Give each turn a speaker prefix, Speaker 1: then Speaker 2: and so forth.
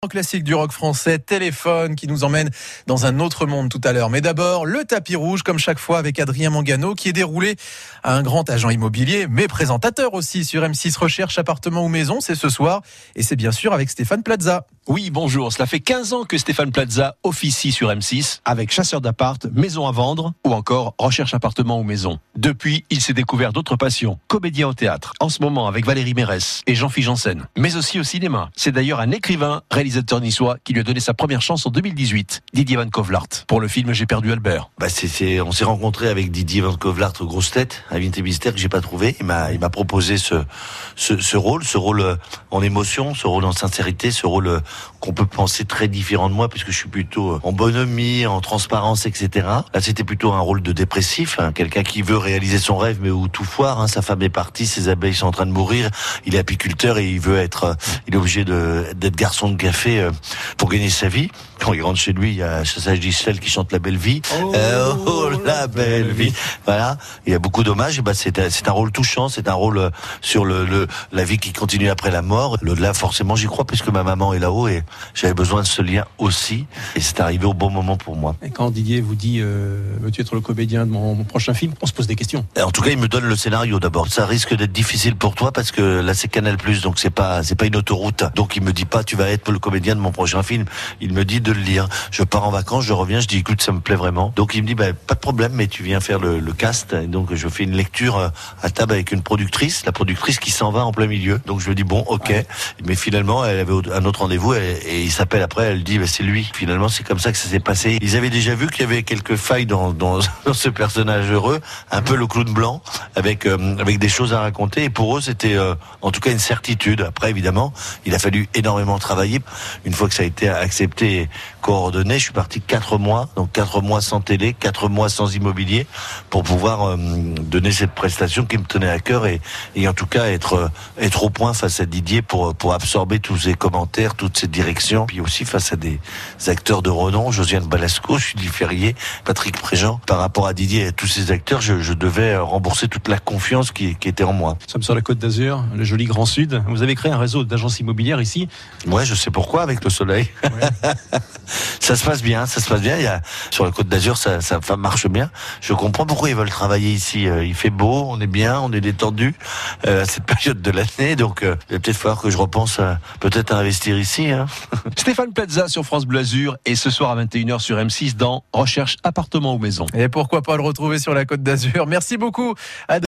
Speaker 1: Classique du rock français, Téléphone, qui nous emmène dans un autre monde tout à l'heure. Mais d'abord, le tapis rouge, comme chaque fois, avec Adrien Mangano, qui est déroulé à un grand agent immobilier, mais présentateur aussi sur M6 Recherche, appartement ou maison. C'est ce soir, et c'est bien sûr avec Stéphane Plaza.
Speaker 2: Oui, bonjour. Cela fait 15 ans que Stéphane Plaza officie sur M6 avec Chasseur d'appart, Maison à vendre ou encore Recherche appartement ou maison. Depuis, il s'est découvert d'autres passions. Comédien au théâtre, en ce moment avec Valérie Mérès et Jean-Philippe Janssen, mais aussi au cinéma. C'est d'ailleurs un écrivain, réalisateur niçois, qui lui a donné sa première chance en 2018, Didier Van Kovlart, pour le film J'ai perdu Albert.
Speaker 3: On s'est rencontré avec Didier Van Kovlart aux Grosses Têtes, Invité Mystère, que j'ai pas trouvé. Il m'a proposé ce rôle en émotion, ce rôle en sincérité, ce rôle qu'on peut penser très différent de moi, puisque je suis plutôt en bonhomie, en transparence, etc. Là, c'était plutôt un rôle de dépressif, quelqu'un qui veut réaliser son rêve, mais où tout foire. Sa femme est partie, ses abeilles sont en train de mourir. Il est apiculteur et il est obligé d'être garçon de café pour gagner sa vie. Quand il rentre chez lui, il y a Chassage d'Israël qui chante La Belle Vie. Oh, la belle vie. Voilà. Il y a beaucoup d'hommages. C'est un rôle touchant. C'est un rôle sur la vie qui continue après la mort. L'au-delà, forcément, j'y crois puisque ma maman est là-haut et j'avais besoin de ce lien aussi. Et c'est arrivé au bon moment pour moi.
Speaker 4: Et quand Didier vous dit, veux-tu être le comédien de mon prochain film, on se pose des questions.
Speaker 3: Et en tout cas, il me donne le scénario d'abord. Ça risque d'être difficile pour toi parce que là, c'est Canal+, donc c'est pas une autoroute. Donc il me dit pas, tu vas être le comédien de mon prochain film. Il me dit de le lire. Je pars en vacances, je reviens, je dis écoute, ça me plaît vraiment. Donc il me dit pas de problème, mais tu viens faire le cast. Et donc je fais une lecture à table avec une productrice, la productrice qui s'en va en plein milieu. Donc je lui dis bon, ok. Ouais. Mais finalement, elle avait un autre rendez-vous et il s'appelle après, elle dit c'est lui. Finalement, c'est comme ça que ça s'est passé. Ils avaient déjà vu qu'il y avait quelques failles dans ce personnage heureux, un peu le clown blanc, avec des choses à raconter. Et pour eux, c'était en tout cas une certitude. Après, évidemment, il a fallu énormément travailler. Une fois que ça a été accepté et coordonné, je suis parti 4 mois, donc 4 mois sans télé, 4 mois sans immobilier, pour pouvoir donner cette prestation qui me tenait à cœur et en tout cas être au point face à Didier pour absorber tous ces commentaires, toutes ces directions, puis aussi face à des acteurs de renom, Josiane Balasco, Julie Ferrier, Patrick Préjean. Par rapport à Didier et à tous ces acteurs, je devais rembourser toute la confiance qui était en moi.
Speaker 4: Nous sommes sur la Côte d'Azur, le joli Grand Sud. Vous avez créé un réseau d'agences immobilières ici.
Speaker 3: Ouais, je sais pourquoi, avec le soleil. Ouais. Ça se passe bien. Sur la Côte d'Azur, ça marche bien. Je comprends pourquoi ils veulent travailler ici. Il fait beau, on est bien, on est détendu à cette période de l'année. Donc, il va peut-être falloir que je repense à investir ici.
Speaker 2: Stéphane Plaza sur France Bleu Azur et ce soir à 21h sur M6 dans Recherche appartement ou maison.
Speaker 1: Et pourquoi pas le retrouver sur la Côte d'Azur. Merci beaucoup.